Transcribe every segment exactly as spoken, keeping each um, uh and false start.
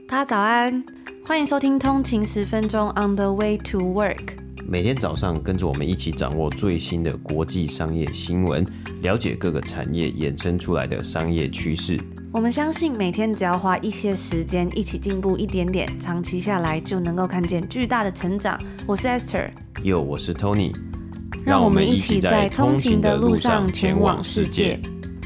大家早安，欢迎收听通勤十分钟 On the way to work。 每天早上跟着我们一起掌握最新的国际商业新闻，了解各个产业衍生出来的商业趋势。 我们相信每天只要花一些时间一起进步一点点，长期下来就能够看见巨大的成长。我是 Esther， 哟，我是 Tony， 让我们一起在通勤的路上前往世界。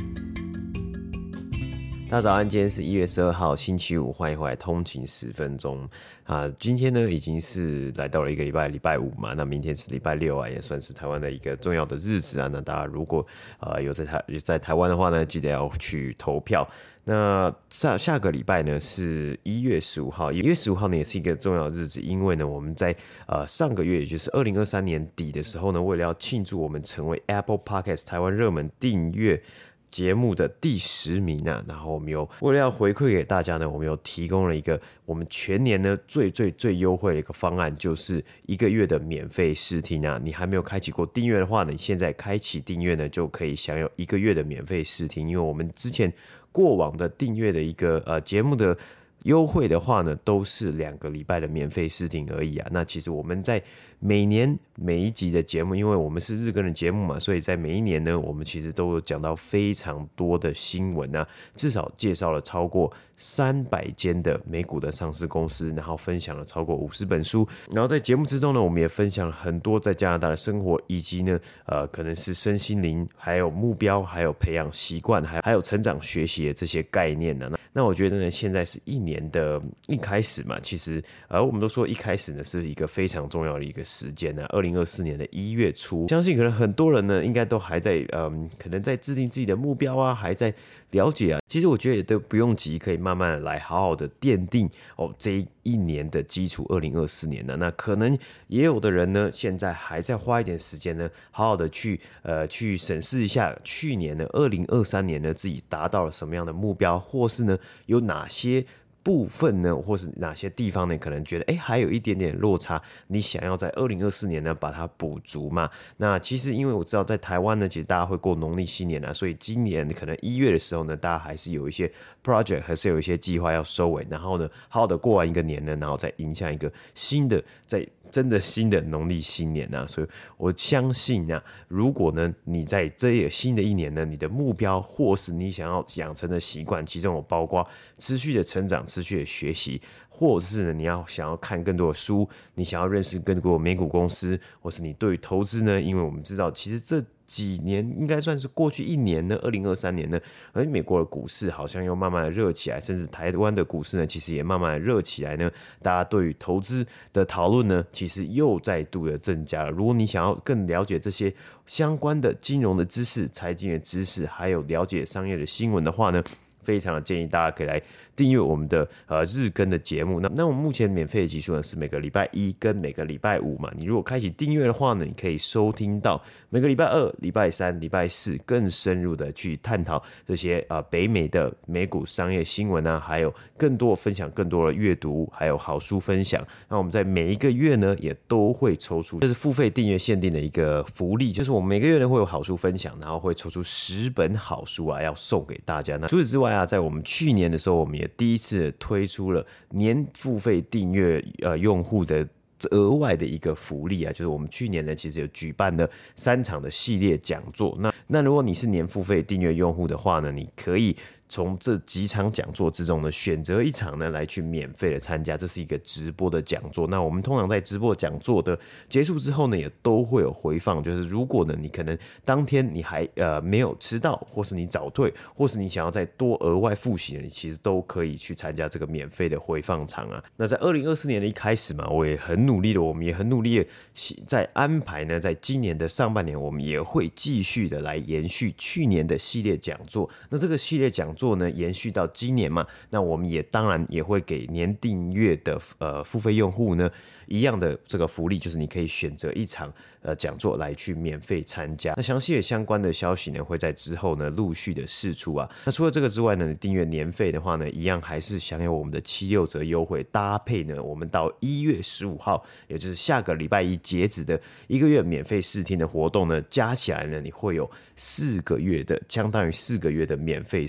大家早安，今天是一月十二号星期五，欢迎回来通勤十分钟啊！今天呢已经是来到了一个礼拜礼拜五嘛，那明天是礼拜六啊，也算是台湾的一个重要的日子啊。那大家如果呃有在台在台湾的话呢，记得要去投票。那下下个礼拜呢是一月十五号，一月十五号呢也是一个重要的日子，因为呢我们在呃上个月，也就是二零二三年底的时候呢，为了要庆祝我们成为 Apple Podcast 台湾热门订阅节目的第十名啊，然后我们有为了要回馈给大家呢，我们有提供了一个我们全年呢最最最优惠的一个方案，就是一个月的免费试听啊。你还没有开启过订阅的话呢，你现在开启订阅呢就可以享有一个月的免费试听。因为我们之前过往的订阅的一个呃节目的优惠的话呢，都是两个礼拜的免费试听而已啊。那其实我们在每年每一集的节目，因为我们是日更的节目嘛，所以在每一年呢，我们其实都有讲到非常多的新闻啊，至少介绍了超过三百间的美股的上市公司，然后分享了超过五十本书。然后在节目之中呢，我们也分享了很多在加拿大的生活，以及呢，呃，可能是身心灵，还有目标，还有培养习惯，还有还有成长学习的这些概念呢、啊。那我觉得呢，现在是一年的一开始嘛，其实呃，我们都说一开始呢是一个非常重要的一个时间呢、啊。二零二四年的一月初，相信可能很多人呢，应该都还在嗯，可能在制定自己的目标啊，还在了解啊。其实我觉得也都不用急，可以慢慢的来，好好的奠定哦这一年的基础。二零二四年呢，那可能也有的人呢，现在还在花一点时间呢，好好的去呃去审视一下去年呢，二零二三年呢自己达到了什么样的目标，或是呢有哪些部分呢，或是哪些地方呢，可能觉得哎还有一点点落差，你想要在二零二四年呢把它补足嘛？那其实因为我知道在台湾呢，其实大家会过农历新年啊，所以今年可能一月的时候呢，大家还是有一些 project， 还是有一些计划要收尾，然后呢，好好的过完一个年呢，然后再迎向一个新的，在真的新的农历新年啊。所以我相信啊，如果呢你在这个新的一年呢，你的目标或是你想要养成的习惯，其中有包括持续的成长、持续的学习，或者是呢你要想要看更多的书，你想要认识更多的美股公司，或是你对于投资呢，因为我们知道其实这几年应该算是过去一年呢，二零二三年呢，而美国的股市好像又慢慢的热起来，甚至台湾的股市呢，其实也慢慢的热起来呢。大家对于投资的讨论呢，其实又再度的增加了。如果你想要更了解这些相关的金融的知识、财经的知识，还有了解商业的新闻的话呢，非常的建议大家可以来订阅我们的呃日更的节目。那那我们目前免费的集数呢是每个礼拜一跟每个礼拜五嘛。你如果开启订阅的话呢，你可以收听到每个礼拜二、礼拜三、礼拜四更深入的去探讨这些呃北美的美股商业新闻啊，还有更多分享更多的阅读，还有好书分享。那我们在每一个月呢也都会抽出，这是付费订阅限定的一个福利，就是我们每个月呢会有好书分享，然后会抽出十本好书啊要送给大家。那除此之外啊，在我们去年的时候，我们也第一次推出了年付费订阅呃用户的额外的一个福利啊，就是我们去年呢其实有举办了三场的系列讲座。那那如果你是年付费订阅用户的话呢，你可以从这几场讲座之中呢，选择一场呢来去免费的参加，这是一个直播的讲座。那我们通常在直播讲座的结束之后呢，也都会有回放，就是如果呢你可能当天你还呃没有吃到，或是你早退，或是你想要再多额外复习呢，你其实都可以去参加这个免费的回放场啊。那在二零二四年的一开始嘛，我也很努力的，我们也很努力的在安排呢，在今年的上半年，我们也会继续的来延续去年的系列讲座。那这个系列讲座呢延续到今年嘛，那我们也当然也会给年订阅的呃付费用户呢一样的这个福利，就是你可以选择一场呃讲座来去免费参加。那详细的相关的消息呢会在之后呢陆续的释出啊。那除了这个之外呢，你订阅年费的话呢，一样还是享有我们的七六折优惠，搭配呢我们到一月十五号，也就是下个礼拜一截止的一个月免费试听的活动呢，加起来呢你会有四个月的相当于四个月的免费收听，而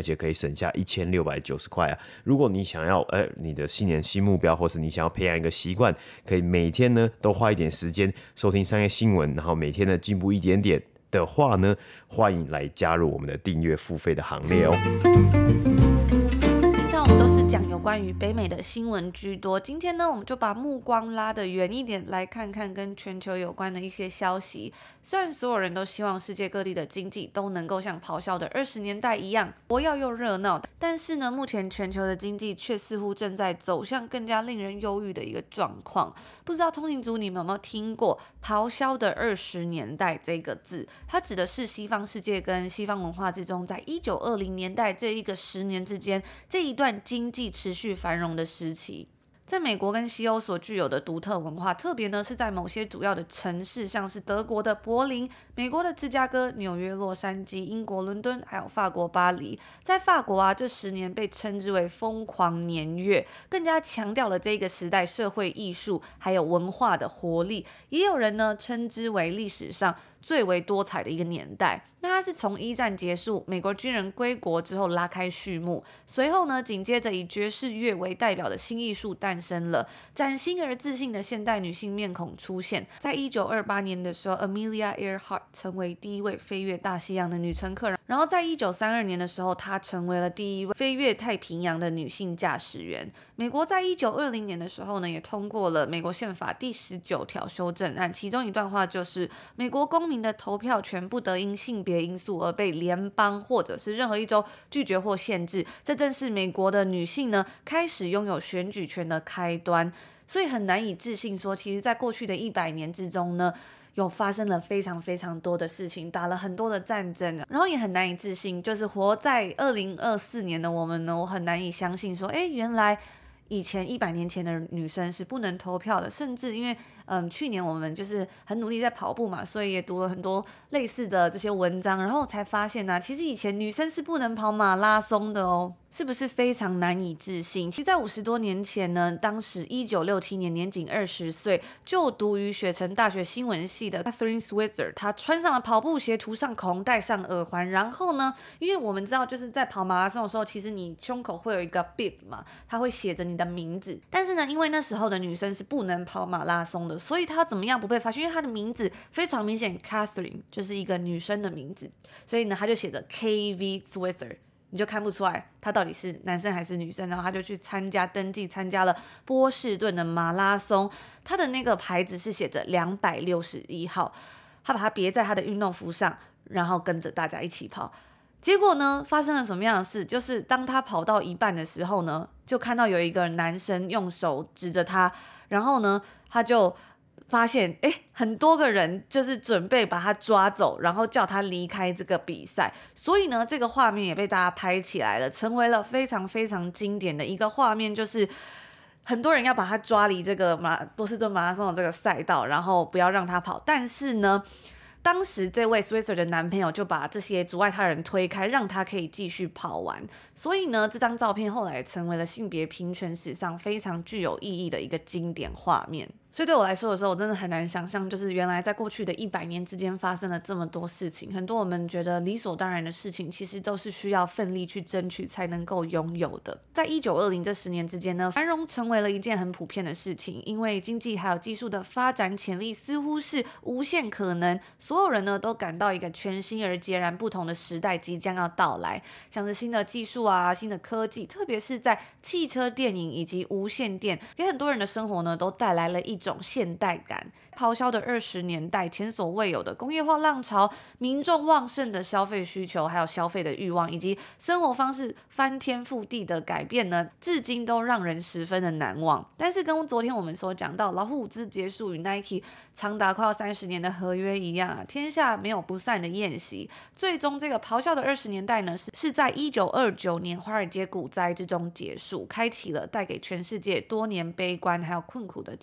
且可以省下一千六百九十块啊。如果你想要呃你的新年新目标，或是你想要培养一个习惯，可以每天呢都花一点时间收听商业新闻，然后每天呢进步一点点的话呢，欢迎来加入我们的订阅付费的行列哦。 平常我们都是讲有关于北美的新闻居多，今天呢，我们就把目光拉得远一点，来看看跟全球有关的一些消息。虽然所有人都希望世界各地的经济都能够像咆哮的二十年代一样活跃又热闹，但是呢，目前全球的经济却似乎正在走向更加令人忧郁的一个状况。不知道通勤族你们有没有听过咆哮的二十年代这个字？它指的是西方世界跟西方文化之中，在一九二零年代这一个十年之间，这一段经济持续繁荣的时期。在美国跟西欧所具有的独特文化，特别呢是在某些主要的城市，像是德国的柏林、美国的芝加哥、纽约洛杉矶、英国伦敦，还有法国巴黎。在法国啊，这十年被称之为疯狂年月，更加强调了这个时代社会艺术还有文化的活力。也有人呢称之为历史上最为多彩的一个年代。那它是从一战结束，美国军人归国之后拉开序幕，随后呢紧接着以爵士乐为代表的新艺术诞生了，崭新而自信的现代女性面孔出现。在一九二八年的时候 Amelia Earhart 成为第一位飞越大西洋的女乘客，然后在一九三二年的时候她成为了第一位飞越太平洋的女性驾驶员。美国在一九二零年的时候呢也通过了美国宪法第十九条修正案，其中一段话就是美国公民的投票权不得因性别因素而被联邦或者是任何一州拒绝或限制，这正是美国的女性呢开始拥有选举权的开端。所以很难以置信说，其实在过去的一百年之中呢有发生了非常非常多的事情，打了很多的战争，然后也很难以置信，就是活在二零二四年的我们呢，我很难以相信说，哎，原来以前一百年前的女生是不能投票的，甚至因为嗯，去年我们就是很努力在跑步嘛，所以也读了很多类似的这些文章，然后才发现啊，其实以前女生是不能跑马拉松的哦，是不是非常难以置信？其实在五十多年前呢，当时一九六七年年仅二十岁，就读于雪城大学新闻系的 Catherine Switzer， 她穿上了跑步鞋，涂上口红，戴上耳环，然后呢，因为我们知道就是在跑马拉松的时候，其实你胸口会有一个 bib 嘛，它会写着你的名字，但是呢，因为那时候的女生是不能跑马拉松的，所以她怎么样不被发现？因为她的名字非常明显 Catherine 就是一个女生的名字，所以呢她就写着 K V Switzer， 你就看不出来她到底是男生还是女生，然后她就去参加登记参加了波士顿的马拉松，她的那个牌子是写着两百六十一号，她把它别在她的运动服上，然后跟着大家一起跑。结果呢，发生了什么样的事？就是当他跑到一半的时候呢，就看到有一个男生用手指着他，然后呢，他就发现，哎，很多个人就是准备把他抓走，然后叫他离开这个比赛。所以呢，这个画面也被大家拍起来了，成为了非常非常经典的一个画面，就是很多人要把他抓离这个马波士顿马拉松的这个赛道，然后不要让他跑。但是呢，当时这位 Switzer 的男朋友就把这些阻碍他人推开，让他可以继续跑完。所以呢，这张照片后来成为了性别平权史上非常具有意义的一个经典画面。所以对我来说的时候，我真的很难想象，就是原来在过去的一百年之间发生了这么多事情，很多我们觉得理所当然的事情，其实都是需要奋力去争取才能够拥有的。在一九二零这十年之间呢，繁荣成为了一件很普遍的事情，因为经济还有技术的发展潜力似乎是无限可能，所有人呢都感到一个全新而截然不同的时代即将要到来，像是新的技术啊、新的科技，特别是在汽车、电影以及无线电，给很多人的生活呢都带来了一种现代感。咆哮的二十年代，前所未有的工业化浪潮，民众旺盛的消费需求，还有消费的欲望，以及生活方式翻天覆地的改变呢，至今都让人十分的难忘。但是跟昨天我们所讲到老虎伍兹结束与 Nike 长达快要三十年的合约一样啊，天下没有不散的宴席。最终这个咆哮的二十年代呢，是是在一九二九年华尔街股灾之中结束，开启了带给全世界多年悲观还有困苦的经济大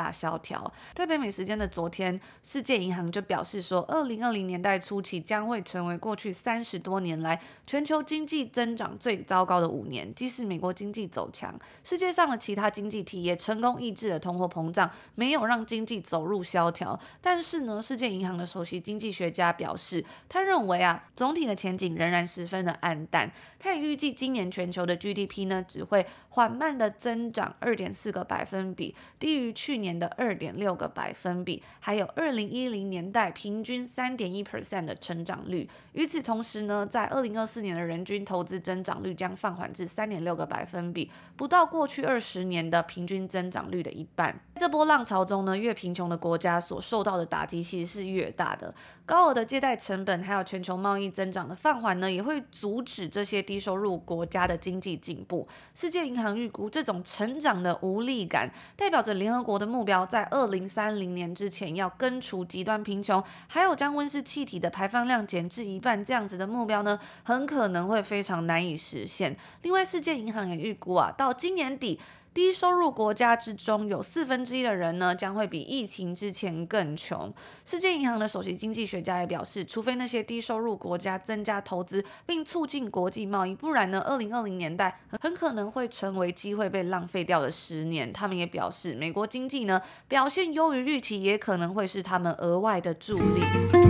大萧条。在北美时间的昨天，世界银行就表示说，二零二零年代初期将会成为过去三十多年来全球经济增长最糟糕的五年。即使美国经济走强，世界上的其他经济体也成功抑制了通货膨胀，没有让经济走入萧条。但是呢，世界银行的首席经济学家表示，他认为啊，总体的前景仍然十分的暗淡。他也预计今年全球的 G D P 呢，只会缓慢的增长二点四个百分比，低于去年的二点六个百分比，还有二零一零年代平均 百分之三点一 的成长率。与此同时呢，在二零二四年的人均投资增长率将放缓至 三点六个百分比，不到过去二十年的平均增长率的一半。这波浪潮中呢，越贫穷的国家所受到的打击其实是越大的。高额的借贷成本还有全球贸易增长的放缓呢，也会阻止这些低收入国家的经济进步。世界银行预估，这种成长的无力感代表着联合国的目标在二零三零年之前要根除极端贫穷，还有将温室气体的排放量减至一半，这样子的目标呢，很可能会非常难以实现。另外，世界银行也预估啊，到今年底，低收入国家之中有四分之一的人呢，将会比疫情之前更穷。世界银行的首席经济学家也表示，除非那些低收入国家增加投资并促进国际贸易，不然呢，二零二零年代很可能会成为机会被浪费掉的十年。他们也表示，美国经济呢表现优于预期，也可能会是他们额外的助力。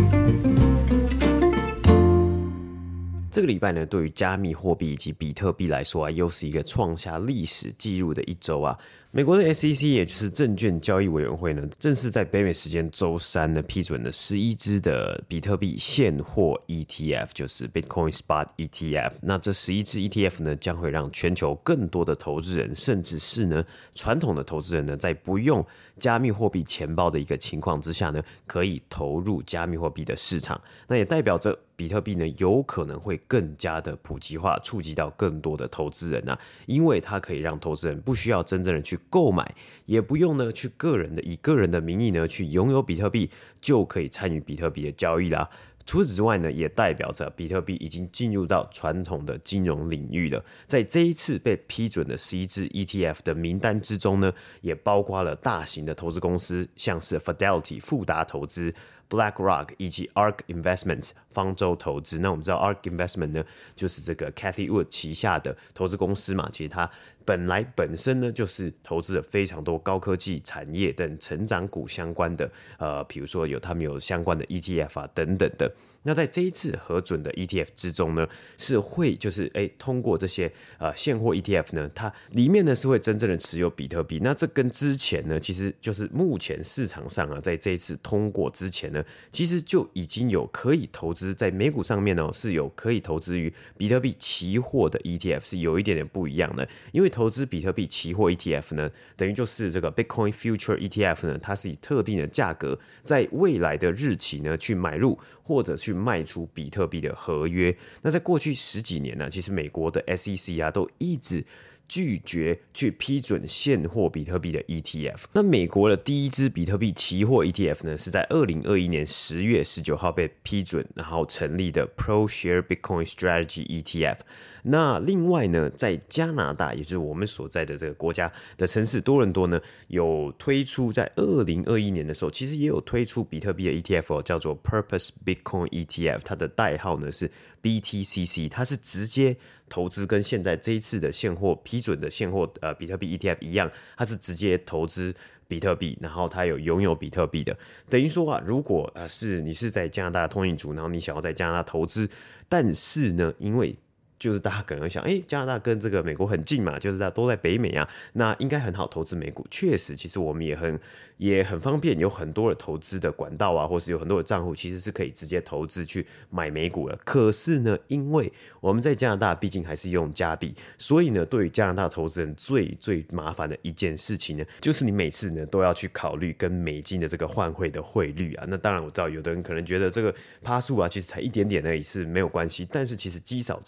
这个礼拜呢，对于加密货币以及比特币来说啊，又是一个创下历史纪录的一周啊。美国的 S E C 也就是证券交易委员会呢，正式在北美时间周三呢批准了十一支的比特币现货 E T F， 就是 Bitcoin Spot E T F。那这十一支 E T F 呢，将会让全球更多的投资人，甚至是呢传统的投资人呢，在不用加密货币钱包的一个情况之下呢，可以投入加密货币的市场。那也代表着比特币呢，有可能会更加的普及化，触及到更多的投资人啊，因为它可以让投资人不需要真正的去购买，也不用呢去个人的以个人的名义呢去拥有比特币，就可以参与比特币的交易啦。除此之外呢，也代表着比特币已经进入到传统的金融领域了。在这一次被批准的十一支 E T F 的名单之中呢，也包括了大型的投资公司，像是 Fidelity 富达投资、BlackRock 以及 A R K Investments 方舟投资。那我们知道 A R K Investment 呢，就是这个 Cathie Wood 旗下的投资公司嘛，其实它本来本身呢就是投资了非常多高科技产业等成长股相关的，呃，比如说有他们有相关的 E T F 啊等等的。那在这一次核准的 E T F 之中呢，是会就是哎通过这些呃现货 E T F 呢，它里面呢是会真正的持有比特币。那这跟之前呢，其实就是目前市场上啊，在这一次通过之前呢，其实就已经有可以投资在美股上面呢、哦、是有可以投资于比特币期货的 E T F 是有一点点不一样的。因为投资比特币期货 E T F 呢，等于就是这个 Bitcoin Future E T F 呢，它是以特定的价格在未来的日期呢去买入或者去卖出比特币的合约。那在过去十几年呢、啊，其实美国的 S E C 啊都一直拒绝去批准现货比特币的 E T F。 那美国的第一支比特币期货 E T F 呢，是在二零二一年十月十九号被批准，然后成立的 ProShare Bitcoin Strategy E T F。 那另外呢，在加拿大，也就是我们所在的这个国家的城市多伦多呢，有推出在二零二一年的时候，其实也有推出比特币的 E T F、哦、叫做 Purpose Bitcoin E T F， 它的代号呢是 B T C C， 它是直接投资跟现在这一次的现货批准的现货呃比特币 E T F 一样，它是直接投资比特币，然后它有拥有比特币的。等于说啊，如果呃是你是在加拿大的通勤族，然后你想要在加拿大投资，但是呢，因为就是大家可能会想，哎，加拿大跟这个美国很近嘛，就是大家都在北美啊，那应该很好投资美股。确实，其实我们也很也很方便，有很多的投资的管道啊，或是有很多的账户，其实是可以直接投资去买美股了。可是呢，因为我们在加拿大毕竟还是用加币，所以呢，对于加拿大投资人最最麻烦的一件事情呢，就是你每次呢都要去考虑跟美金的这个换汇的汇率啊。那当然我知道有的人可能觉得这个趴数啊，其实才一点点而已是没有关系，但是其实积少成多。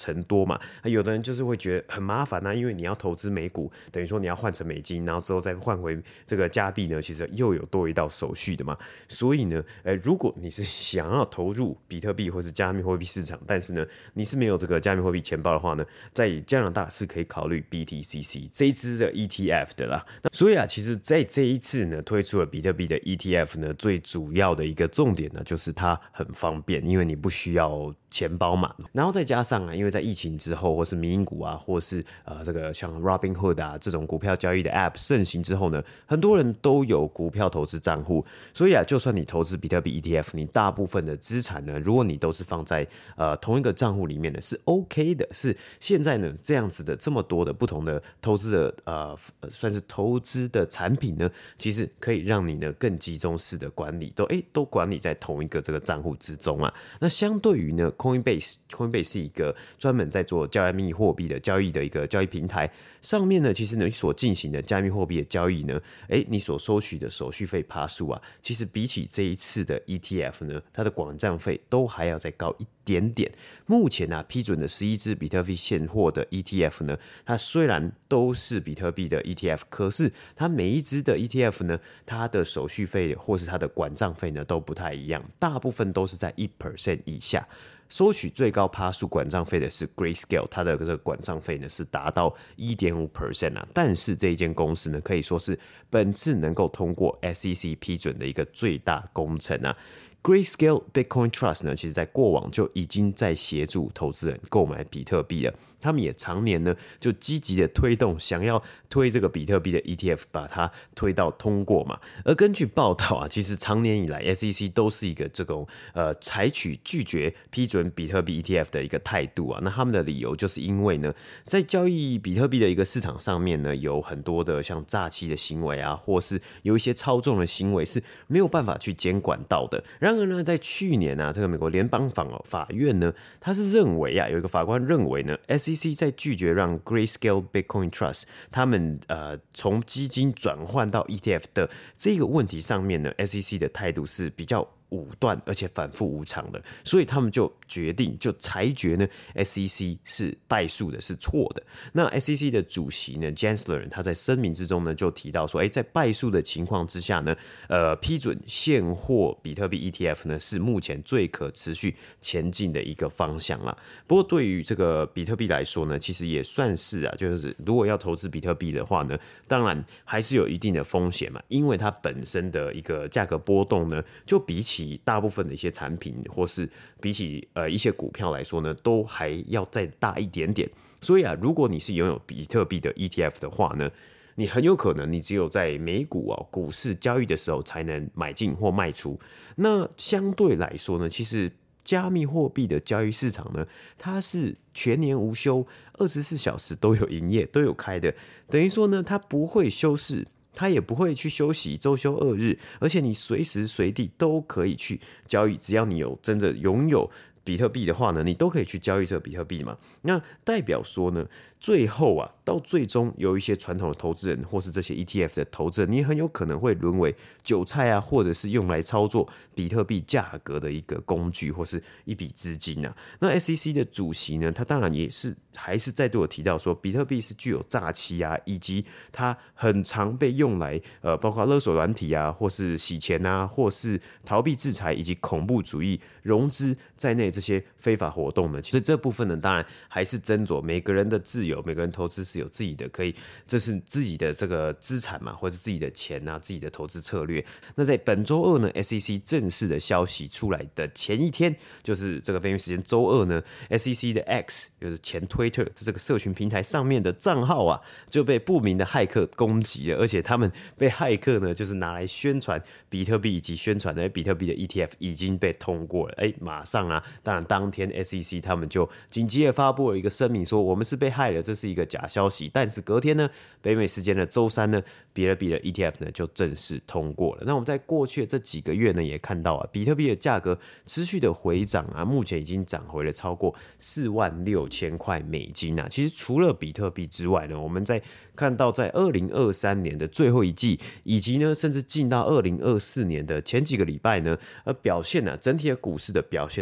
多嘛，有的人就是会觉得很麻烦啊，因为你要投资美股，等于说你要换成美金，然后之后再换回这个加币呢，其实又有多一道手续的嘛。所以呢，呃，如果你是想要投入比特币或是加密货币市场，但是呢，你是没有这个加密货币钱包的话呢，在加拿大是可以考虑 B T C C 这一支的 E T F 的啦。所以啊，其实在这一次呢，推出了比特币的 E T F 呢，最主要的一个重点呢，就是它很方便，因为你不需要钱包嘛，然后再加上啊，因为在疫情之后，或是民营股啊，或是呃这个像 Robinhood 啊这种股票交易的 App 盛行之后呢，很多人都有股票投资账户，所以啊，就算你投资比特币 E T F， 你大部分的资产呢，如果你都是放在呃同一个账户里面的，是 OK 的。是现在呢这样子的这么多的不同的投资的呃算是投资的产品呢，其实可以让你呢更集中式的管理，都哎都管理在同一个这个账户之中啊。那相对于呢 Coinbase Coinbase 是一个专门在做加密货币的交易的一个交易平台，上面呢其实呢所进行的加密货币的交易呢，哎你所收取的手续费趴数啊，其实比起这一次的 E T F 呢，它的管账费都还要再高一点点。目前啊批准的十一支比特币现货的 E T F 呢，它虽然都是比特币的 E T F， 可是它每一支的 E T F 呢，它的手续费或是它的管账费呢都不太一样，大部分都是在 百分之一 以下。收取最高趴数管账费的是 Grayscale， 它的这个管账费呢是达到 百分之一点五 啊。但是这一间公司呢，可以说是本次能够通过 S E C 批准的一个最大功臣啊。Grayscale Bitcoin Trust 呢，其实在过往就已经在协助投资人购买比特币了。他们也常年呢就积极的推动，想要推这个比特币的 E T F， 把它推到通过嘛。而根据报道啊，其实长年以来 S E C 都是一个这种呃采取拒绝批准比特币 E T F 的一个态度啊。那他们的理由就是因为呢，在交易比特币的一个市场上面呢，有很多的像诈欺的行为啊，或是有一些操纵的行为是没有办法去监管到的。然而呢，在去年啊，这个美国联邦法院呢，他是认为啊，有一个法官认为呢 ，S E C 在拒绝让 Grayscale Bitcoin Trust 他们呃从基金转换到 E T F 的这个问题上面呢 ，S E C 的态度是比较武断而且反复无常的，所以他们就决定就裁决呢 S E C 是败诉的，是错的。那 S E C 的主席呢 Gensler 他在声明之中呢就提到说，哎，在败诉的情况之下呢，呃，批准现货比特币 E T F 呢是目前最可持续前进的一个方向啦。不过对于这个比特币来说呢，其实也算是啊，就是如果要投资比特币的话呢，当然还是有一定的风险嘛，因为它本身的一个价格波动呢，就比起大部分的一些产品，或是比起呃一些股票来说呢，都还要再大一点点。所以啊，如果你是拥有比特币的 E T F 的话呢，你很有可能你只有在美股啊股市交易的时候才能买进或卖出。那相对来说呢，其实加密货币的交易市场呢，它是全年无休，二十四小时都有营业，都有开的。等于说呢，它不会休市。他也不会去休息，周休二日，而且你随时随地都可以去交易，只要你有真的拥有比特币的话呢，你都可以去交易这个比特币嘛。那代表说呢，最后啊，到最终有一些传统的投资人或是这些 E T F 的投资人，你很有可能会沦为韭菜啊，或者是用来操作比特币价格的一个工具或是一笔资金啊。那 S E C 的主席呢，他当然也是还是再度有提到说，比特币是具有诈欺啊，以及它很常被用来呃，包括勒索软体啊，或是洗钱啊，或是逃避制裁以及恐怖主义融资在内这些非法活动呢。其实这部分呢，当然还是斟酌每个人的自由，每个人投资是有自己的可以，这是自己的这个资产嘛，或者是自己的钱啊，自己的投资策略。那在本周二呢 ，S E C 正式的消息出来的前一天，就是这个北美时间周二呢 ，S E C 的 X 就是前 Twitter 这个社群平台上面的账号啊，就被不明的骇客攻击了，而且他们被骇客呢，就是拿来宣传比特币以及宣传的比特币的 E T F 已经被通过了。哎，马上啊，当然当天 S E C 他们就紧急的发布了一个声明，说我们是被害了，这是一个假消息。但是隔天呢，北美时间的周三呢，比特币的 E T F 呢就正式通过了。那我们在过去的这几个月呢，也看到啊，比特币的价格持续的回涨啊，目前已经涨回了超过四万六千块美金啊。其实除了比特币之外呢，我们在看到在二零二三年的最后一季，以及呢甚至进到二零二四年的前几个礼拜呢，呃表现呢、啊、整体的股市的表现呢都算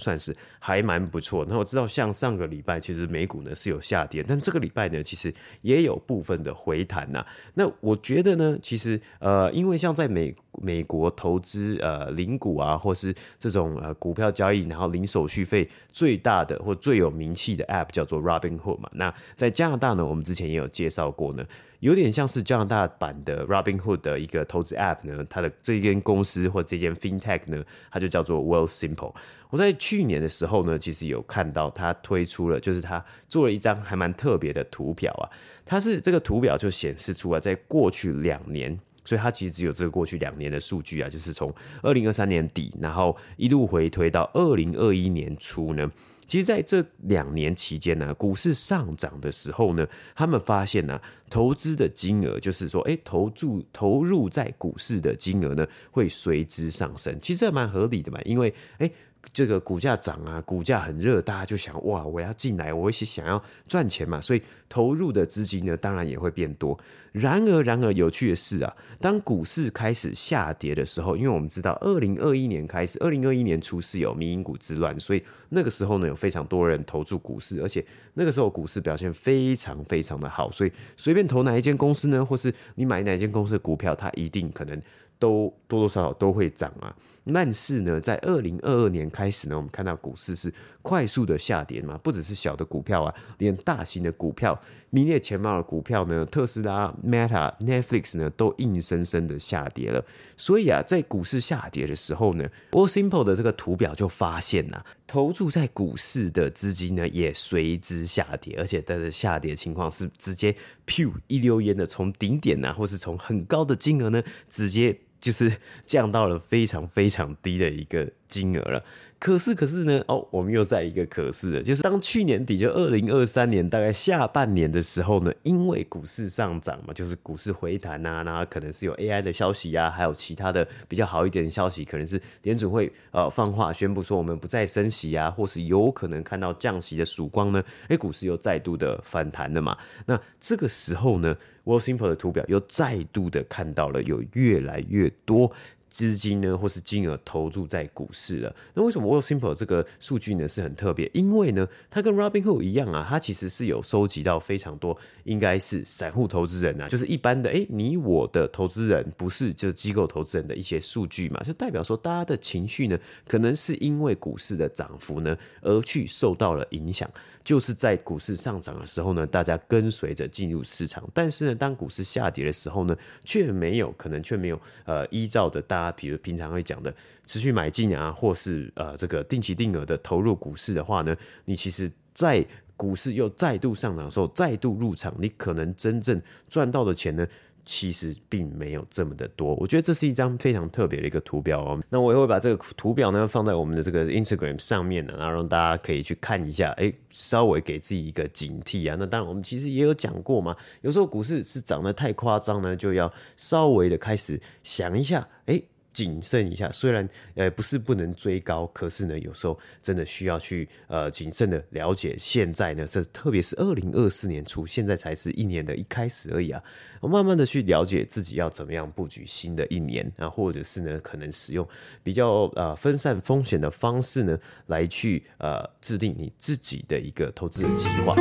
算是还蛮不错。然后我知道像上个礼拜其实美股呢是有下跌，但这个礼拜呢其实也有部分的回弹呐、啊。那我觉得呢，其实呃，因为像在美美国投资呃零股啊，或是这种呃股票交易，然后零手续费最大的或最有名气的 App 叫做 Robinhood 嘛。那在加拿大呢，我们之前也有介绍过呢。有点像是加拿大版的 Robinhood 的一个投资 App 呢，它的这间公司或这间 FinTech 呢，它就叫做 Wealthsimple。我在去年的时候呢，其实有看到它推出了，就是它做了一张还蛮特别的图表啊。它是这个图表就显示出来，在过去两年。所以它其实只有这个过去两年的数据啊，就是从二零二三年底，然后一路回推到二零二一年初呢。其实在这两年期间呢、啊，股市上涨的时候呢，他们发现呢、啊，投资的金额就是说，哎，投注投入在股市的金额呢，会随之上升。其实这蛮合理的嘛，因为哎。这个股价涨啊，股价很热，大家就想哇，我要进来，我一起想要赚钱嘛，所以投入的资金呢，当然也会变多。然而，然而有趣的是啊，当股市开始下跌的时候，因为我们知道二零二一年开始，二零二一年初是有民营股之乱，所以那个时候呢，有非常多人投注股市，而且那个时候股市表现非常非常的好，所以随便投哪一间公司呢，或是你买哪一间公司的股票，它一定可能都多多少少都会涨啊。但是呢，在二零二二年开始呢，我们看到股市是快速的下跌嘛，不只是小的股票啊，连大型的股票名列前茅的股票呢，特斯拉、Meta、Netflix 呢，都硬生生的下跌了。所以啊，在股市下跌的时候呢 ，Wealthsimple 的这个图表就发现呐、啊，投注在股市的资金呢，也随之下跌，而且它的下跌情况是直接噗一溜烟的从顶点啊，或是从很高的金额呢，直接。就是降到了非常非常低的一个金额了。可是可是呢，哦，我们又在一个可是了，就是当去年底就二零二三年大概下半年的时候呢，因为股市上涨嘛，就是股市回弹啊，然后可能是有 A I 的消息啊，还有其他的比较好一点的消息，可能是联准会呃放话宣布说我们不再升息啊，或是有可能看到降息的曙光呢，哎，股市又再度的反弹了嘛。那这个时候呢，Wealthsimple 的图表又再度的看到了有越来越多资金呢，或是金额投注在股市了。那为什么 Wealthsimple 这个数据呢是很特别？因为呢，它跟 Robinhood 一样啊，它其实是有收集到非常多，应该是散户投资人啊，就是一般的哎，你我的投资人，不是就是机构投资人的一些数据嘛，就代表说大家的情绪呢，可能是因为股市的涨幅呢而去受到了影响。就是在股市上涨的时候呢，大家跟随着进入市场，但是呢，当股市下跌的时候呢，却没有可能却没有呃依照的大家比如平常会讲的持续买进啊，或是呃这个定期定额的投入股市的话呢，你其实在股市又再度上涨的时候，再度入场，你可能真正赚到的钱呢，其实并没有这么的多。我觉得这是一张非常特别的一个图表哦。那我也会把这个图表呢放在我们的这个 Instagram 上面呢，然后让大家可以去看一下，哎，稍微给自己一个警惕啊。那当然我们其实也有讲过嘛，有时候股市是涨得太夸张呢，就要稍微的开始想一下，哎。谨慎一下，虽然呃不是不能追高，可是呢，有时候真的需要去呃谨慎的了解。现在呢，这特别是二零二四年初，现在才是一年的一开始而已啊。我慢慢的去了解自己要怎么样布局新的一年啊，或者是呢，可能使用比较呃分散风险的方式呢，来去呃制定你自己的一个投资的计划。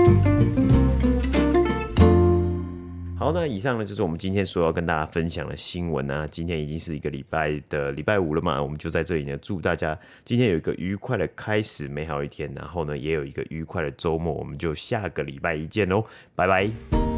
好，那以上呢就是我们今天所要跟大家分享的新闻啊。今天已经是一个礼拜的礼拜五了嘛，我们就在这里呢，祝大家今天有一个愉快的开始，美好一天，然后呢也有一个愉快的周末，我们就下个礼拜一见喽，拜拜。